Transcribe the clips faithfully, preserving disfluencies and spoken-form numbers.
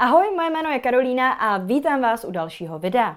Ahoj, moje jméno je Karolína a vítám vás u dalšího videa.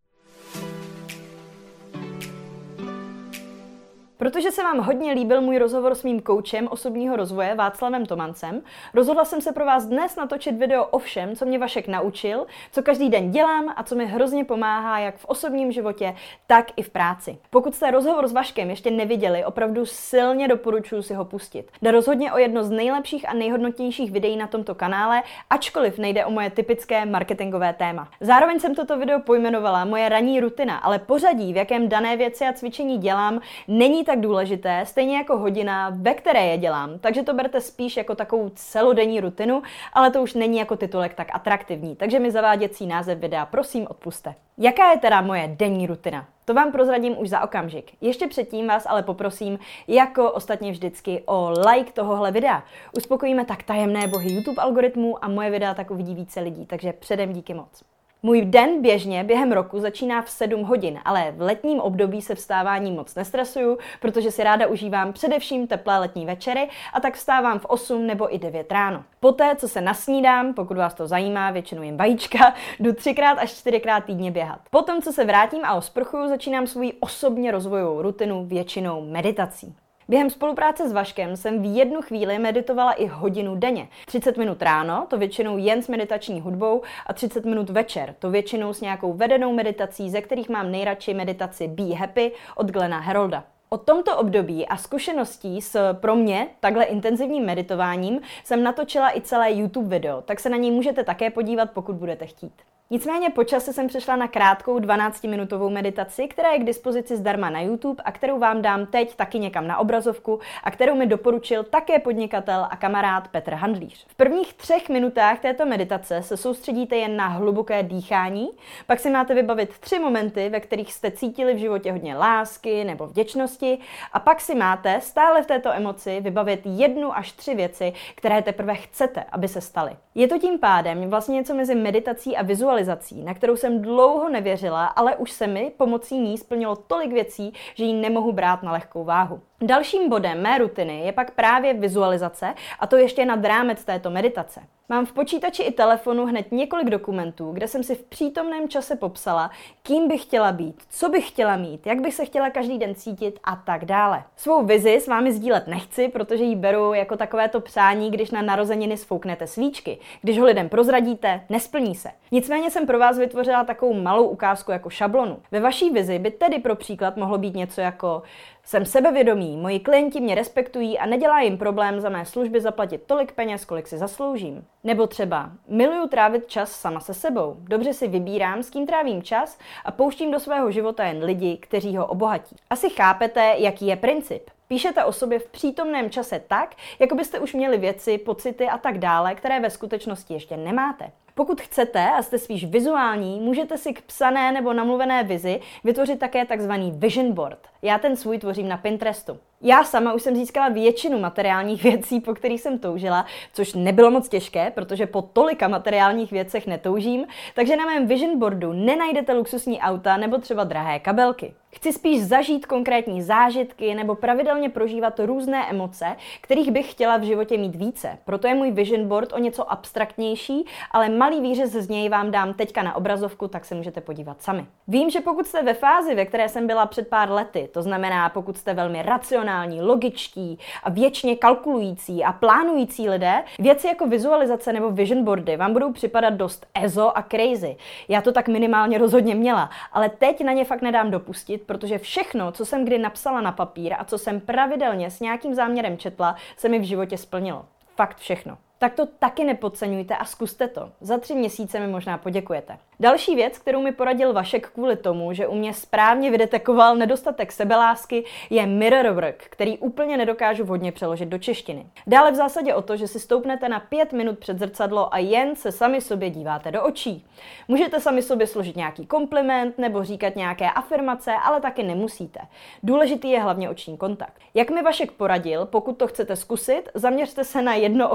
Protože se vám hodně líbil můj rozhovor s mým koučem osobního rozvoje Václavem Tomancem, rozhodla jsem se pro vás dnes natočit video o všem, co mě Vašek naučil, co každý den dělám a co mi hrozně pomáhá jak v osobním životě, tak i v práci. Pokud jste rozhovor s Vaškem ještě neviděli, opravdu silně doporučuji si ho pustit. Jde rozhodně o jedno z nejlepších a nejhodnotnějších videí na tomto kanále, ačkoliv nejde o moje typické marketingové téma. Zároveň jsem toto video pojmenovala moje ranní rutina, ale pořadí, v jakém dané věci a cvičení dělám, není tak důležité, stejně jako hodina, ve které je dělám, takže to berte spíš jako takovou celodenní rutinu, ale to už není jako titulek tak atraktivní, takže mi zaváděcí název videa prosím odpuste. Jaká je teda moje denní rutina? To vám prozradím už za okamžik. Ještě předtím vás ale poprosím, jako ostatně vždycky, o like tohohle videa. Uspokojíme tak tajemné bohy YouTube algoritmů a moje videa tak uvidí více lidí, takže předem díky moc. Můj den běžně během roku začíná v sedm hodin, ale v letním období se vstáváním moc nestresuju, protože si ráda užívám především teplé letní večery a tak vstávám v osm nebo i devět ráno. Poté, co se nasnídám, pokud vás to zajímá, většinou jen vajíčka, jdu třikrát až čtyřikrát týdně běhat. Potom, co se vrátím a osprchuju, začínám svou osobně rozvojovou rutinu většinou meditací. Během spolupráce s Vaškem jsem v jednu chvíli meditovala i hodinu denně. třicet minut ráno, to většinou jen s meditační hudbou, a třicet minut večer, to většinou s nějakou vedenou meditací, ze kterých mám nejradši meditaci Be Happy od Glena Harolda. O tomto období a zkušeností s pro mě takhle intenzivním meditováním jsem natočila i celé YouTube video, tak se na něj můžete také podívat, pokud budete chtít. Nicméně po čase jsem přešla na krátkou dvanáctiminutovou meditaci, která je k dispozici zdarma na YouTube a kterou vám dám teď taky někam na obrazovku a kterou mi doporučil také podnikatel a kamarád Petr Handlíř. V prvních třech minutách této meditace se soustředíte jen na hluboké dýchání, pak si máte vybavit tři momenty, ve kterých jste cítili v životě hodně lásky nebo vděčnosti a pak si máte stále v této emoci vybavit jednu až tři věci, které teprve chcete, aby se staly. Je to tím pádem vlastně něco mezi meditací a vizualizací, na kterou jsem dlouho nevěřila, ale už se mi pomocí ní splnilo tolik věcí, že ji nemohu brát na lehkou váhu. Dalším bodem mé rutiny je pak právě vizualizace, a to ještě nad rámec této meditace. Mám v počítači i telefonu hned několik dokumentů, kde jsem si v přítomném čase popsala, kým bych chtěla být, co bych chtěla mít, jak bych se chtěla každý den cítit a tak dále. Svou vizi s vámi sdílet nechci, protože ji beru jako takovéto přání, když na narozeniny sfouknete svíčky. Když ho lidem prozradíte, nesplní se. Nicméně jsem pro vás vytvořila takovou malou ukázku jako šablonu. Ve vaší vizi by tedy pro příklad mohlo být něco jako: jsem sebevědomý, moji klienti mě respektují a nedělá jim problém za mé služby zaplatit tolik peněz, kolik si zasloužím. Nebo třeba: miluju trávit čas sama se sebou, dobře si vybírám, s kým trávím čas a pouštím do svého života jen lidi, kteří ho obohatí. Asi chápete, jaký je princip. Píšete o sobě v přítomném čase tak, jako byste už měli věci, pocity a tak dále, které ve skutečnosti ještě nemáte. Pokud chcete a jste spíš vizuální, můžete si k psané nebo namluvené vizi vytvořit také takzvaný vision board. Já ten svůj tvořím na Pinterestu. Já sama už jsem získala většinu materiálních věcí, po kterých jsem toužila, což nebylo moc těžké, protože po tolika materiálních věcech netoužím, takže na mém vision boardu nenajdete luxusní auta nebo třeba drahé kabelky. Chci spíš zažít konkrétní zážitky nebo pravidelně prožívat různé emoce, kterých bych chtěla v životě mít více. Proto je můj vision board o něco abstraktnější, ale malý výřez z něj vám dám teďka na obrazovku, tak se můžete podívat sami. Vím, že pokud jste ve fázi, ve které jsem byla před pár lety, to znamená, pokud jste velmi racionální, logičtí a věčně kalkulující a plánující lidé, věci jako vizualizace nebo vision boardy vám budou připadat dost ezo a crazy. Já to tak minimálně rozhodně měla, ale teď na ně fakt nedám dopustit, protože všechno, co jsem kdy napsala na papír a co jsem pravidelně s nějakým záměrem četla, se mi v životě splnilo. Fakt všechno. Tak to taky nepodceňujte a zkuste to. Za tři měsíce mi možná poděkujete. Další věc, kterou mi poradil Vašek kvůli tomu, že u mě správně vydetekoval nedostatek sebelásky, je mirror work, který úplně nedokážu vhodně přeložit do češtiny. Dále v zásadě o to, že si stoupnete na pět minut před zrcadlo a jen se sami sobě díváte do očí. Můžete sami sobě složit nějaký kompliment nebo říkat nějaké afirmace, ale taky nemusíte. Důležitý je hlavně oční kontakt. Jak mi Vašek poradil, pokud to chcete zkusit, zaměřte se na jedno oko, do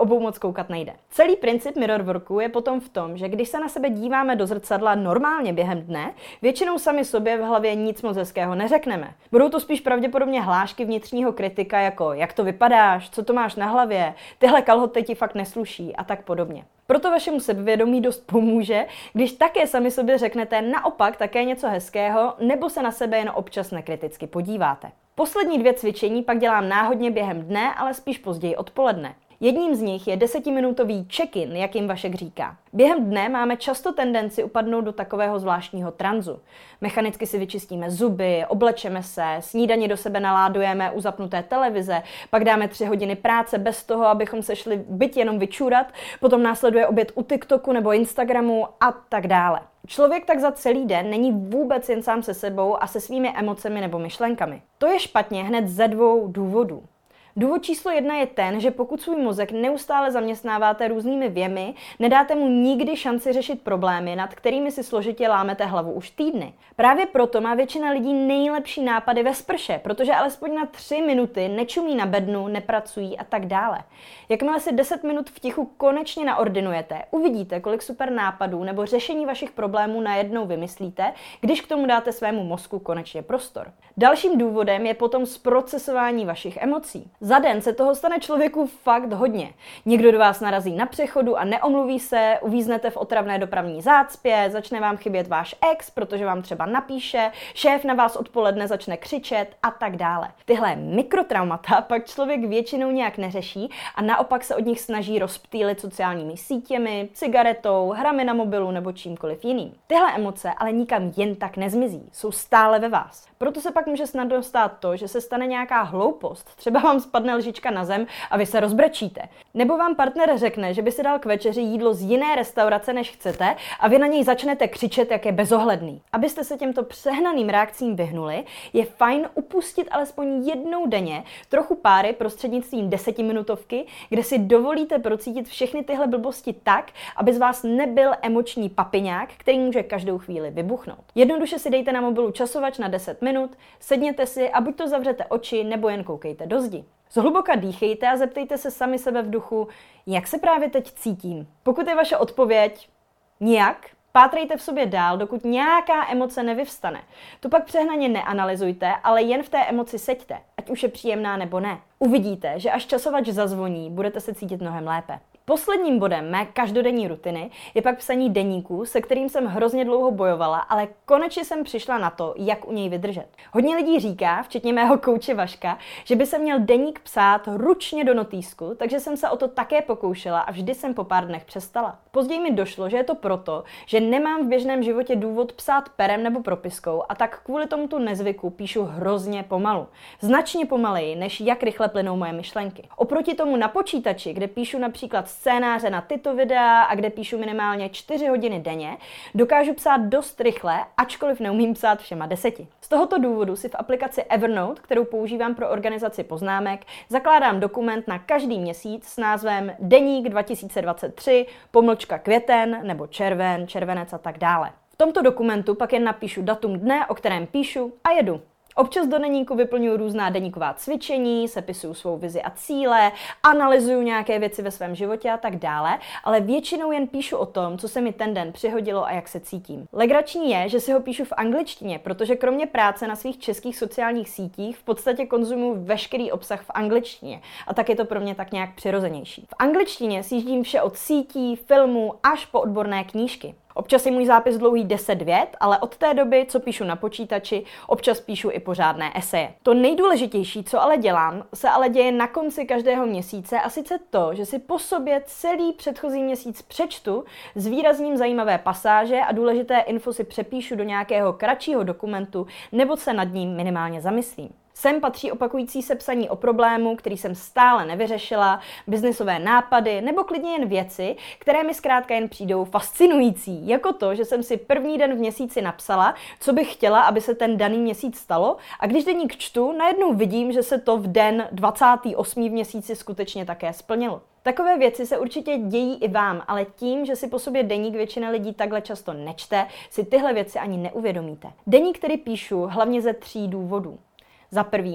obou moc koukat nejde. Celý princip mirror worku je potom v tom, že když se na sebe díváme do zrcadla normálně během dne, většinou sami sobě v hlavě nic moc hezkého neřekneme. Budou to spíš pravděpodobně hlášky vnitřního kritika jako jak to vypadáš, co to máš na hlavě, tyhle kalhoty ti fakt nesluší a tak podobně. Proto vašemu sebevědomí dost pomůže, když také sami sobě řeknete naopak také něco hezkého, nebo se na sebe jen občas nekriticky podíváte. Poslední dvě cvičení pak dělám náhodně během dne, ale spíš později odpoledne. Jedním z nich je desetiminutový check-in, jak jim Vašek říká. Během dne máme často tendenci upadnout do takového zvláštního tranzu. Mechanicky si vyčistíme zuby, oblečeme se, snídani do sebe naládujeme u zapnuté televize, pak dáme tři hodiny práce bez toho, abychom se šli byť jenom vyčůrat, potom následuje oběd u TikToku nebo Instagramu a tak dále. Člověk tak za celý den není vůbec jen sám se sebou a se svými emocemi nebo myšlenkami. To je špatně hned ze dvou důvodů. Důvod číslo jedna je ten, že pokud svůj mozek neustále zaměstnáváte různými věmi, nedáte mu nikdy šanci řešit problémy, nad kterými si složitě lámete hlavu už týdny. Právě proto má většina lidí nejlepší nápady ve sprše, protože alespoň na tři minuty nečumí na bednu, nepracují a tak dále. Jakmile si deset minut v tichu konečně naordinujete, uvidíte, kolik super nápadů nebo řešení vašich problémů najednou vymyslíte, když k tomu dáte svému mozku konečně prostor. Dalším důvodem je potom zprocesování vašich emocí. Za den se toho stane člověku fakt hodně. Někdo do vás narazí na přechodu a neomluví se, uvíznete v otravné dopravní zácpě, začne vám chybět váš ex, protože vám třeba napíše, šéf na vás odpoledne začne křičet a tak dále. Tyhle mikrotraumata pak člověk většinou nějak neřeší a naopak se od nich snaží rozptýlit sociálními sítěmi, cigaretou, hrami na mobilu nebo čímkoliv jiným. Tyhle emoce ale nikam jen tak nezmizí, jsou stále ve vás. Proto se pak může snadno stát to, že se stane nějaká hloupost, třeba vám spadne lžička na zem a vy se rozbrečíte. Nebo vám partner řekne, že by si dal k večeři jídlo z jiné restaurace, než chcete, a vy na něj začnete křičet, jak je bezohledný. Abyste se těmto přehnaným reakcím vyhnuli, je fajn upustit alespoň jednou denně trochu páry prostřednictvím desetiminutovky, kde si dovolíte procítit všechny tyhle blbosti tak, aby z vás nebyl emoční papiňák, který může každou chvíli vybuchnout. Jednoduše si dejte na mobilu časovač na deset minut, sedněte si a buď to zavřete oči, nebo jen koukejte do zdi. Zhluboka dýchejte a zeptejte se sami sebe v duchu, jak se právě teď cítím. Pokud je vaše odpověď nijak, pátrejte v sobě dál, dokud nějaká emoce nevyvstane. To pak přehnaně neanalyzujte, ale jen v té emoci seďte, ať už je příjemná nebo ne. Uvidíte, že až časovač zazvoní, budete se cítit mnohem lépe. Posledním bodem mé každodenní rutiny je pak psaní deníku, se kterým jsem hrozně dlouho bojovala, ale konečně jsem přišla na to, jak u něj vydržet. Hodně lidí říká, včetně mého kouče Vaška, že by se měl deník psát ručně do notýsku, takže jsem se o to také pokoušela a vždy jsem po pár dnech přestala. Později mi došlo, že je to proto, že nemám v běžném životě důvod psát perem nebo propiskou a tak kvůli tomuto nezvyku píšu hrozně pomalu. Značně pomaleji, než jak rychle plynou moje myšlenky. Oproti tomu na počítači, kde píšu například scénáře na tyto videa a kde píšu minimálně čtyři hodiny denně, dokážu psát dost rychle, ačkoliv neumím psát všema deseti. Z tohoto důvodu si v aplikaci Evernote, kterou používám pro organizaci poznámek, zakládám dokument na každý měsíc s názvem Deník dva tisíce dvacet tři, pomlčka květen nebo červen, červenec a tak dále. V tomto dokumentu pak jen napíšu datum dne, o kterém píšu a jedu. Občas do deníku vyplňuji různá deníková cvičení, sepisuju svou vizi a cíle, analyzuju nějaké věci ve svém životě a tak dále, ale většinou jen píšu o tom, co se mi ten den přihodilo a jak se cítím. Legrační je, že si ho píšu v angličtině, protože kromě práce na svých českých sociálních sítích v podstatě konzumuju veškerý obsah v angličtině a tak je to pro mě tak nějak přirozenější. V angličtině sjíždím vše od sítí, filmů až po odborné knížky. Občas je můj zápis dlouhý deset vět, ale od té doby, co píšu na počítači, občas píšu i pořádné eseje. To nejdůležitější, co ale dělám, se ale děje na konci každého měsíce a sice to, že si po sobě celý předchozí měsíc přečtu, zvýrazním zajímavé pasáže a důležité info si přepíšu do nějakého kratšího dokumentu nebo se nad ním minimálně zamyslím. Sem patří opakující se psaní o problému, který jsem stále nevyřešila, biznisové nápady nebo klidně jen věci, které mi zkrátka jen přijdou fascinující, jako to, že jsem si první den v měsíci napsala, co bych chtěla, aby se ten daný měsíc stalo, a když deník čtu, najednou vidím, že se to v den dvacátého osmého v měsíci skutečně také splnilo. Takové věci se určitě dějí i vám, ale tím, že si po sobě deník většina lidí takhle často nečte, si tyhle věci ani neuvědomíte. Deník tedy píšu hlavně ze tří důvodů. Za prvý,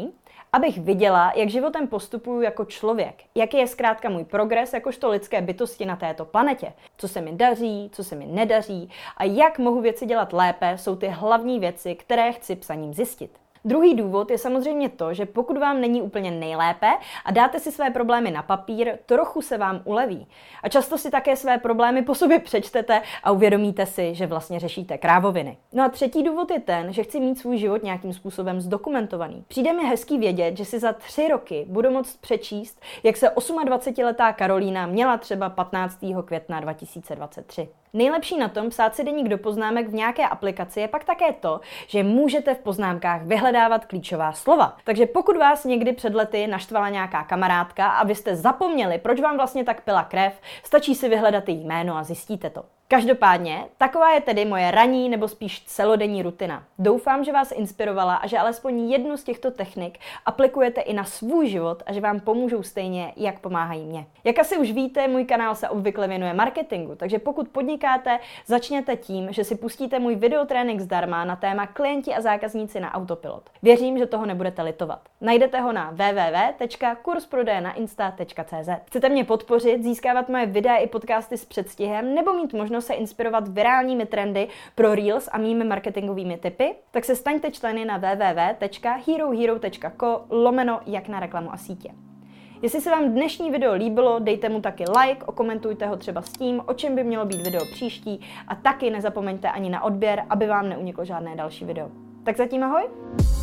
Abych viděla, jak životem postupuju jako člověk, jaký je zkrátka můj progres jakožto lidské bytosti na této planetě, co se mi daří, co se mi nedaří a jak mohu věci dělat lépe, jsou ty hlavní věci, které chci psaním zjistit. Druhý důvod je samozřejmě to, že pokud vám není úplně nejlépe a dáte si své problémy na papír, trochu se vám uleví. A často si také své problémy po sobě přečtete a uvědomíte si, že vlastně řešíte krávoviny. No a třetí důvod je ten, že chci mít svůj život nějakým způsobem zdokumentovaný. Přijde mi hezký vědět, že si za tři roky budu moct přečíst, jak se dvacetiosmiletá Karolína měla třeba patnáctého května dva tisíce dvacet tři. Nejlepší na tom psát si deník do poznámek v nějaké aplikaci je pak také to, že můžete v poznámkách vyhledávat klíčová slova. Takže pokud vás někdy před lety naštvala nějaká kamarádka a vy jste zapomněli, proč vám vlastně tak pila krev, stačí si vyhledat její jméno a zjistíte to. Každopádně, taková je tedy moje ranní nebo spíš celodenní rutina. Doufám, že vás inspirovala a že alespoň jednu z těchto technik aplikujete i na svůj život a že vám pomůžou stejně, jak pomáhají mě. Jak asi už víte, můj kanál se obvykle věnuje marketingu, takže pokud podnikáte, začněte tím, že si pustíte můj videotrénink zdarma na téma klienti a zákazníci na autopilot. Věřím, že toho nebudete litovat. Najdete ho na w w w tečka kurz prodeje na insta tečka c z. Chcete mě podpořit, získávat moje videa i podcasty s předstihem nebo mít možnost se inspirovat virálními trendy pro Reels a mými marketingovými tipy, tak se staňte členy na w w w tečka herohero tečka co lomeno jak na reklamu a sítě. Jestli se vám dnešní video líbilo, dejte mu taky like, okomentujte ho třeba s tím, o čem by mělo být video příští a taky nezapomeňte ani na odběr, aby vám neuniklo žádné další video. Tak zatím ahoj!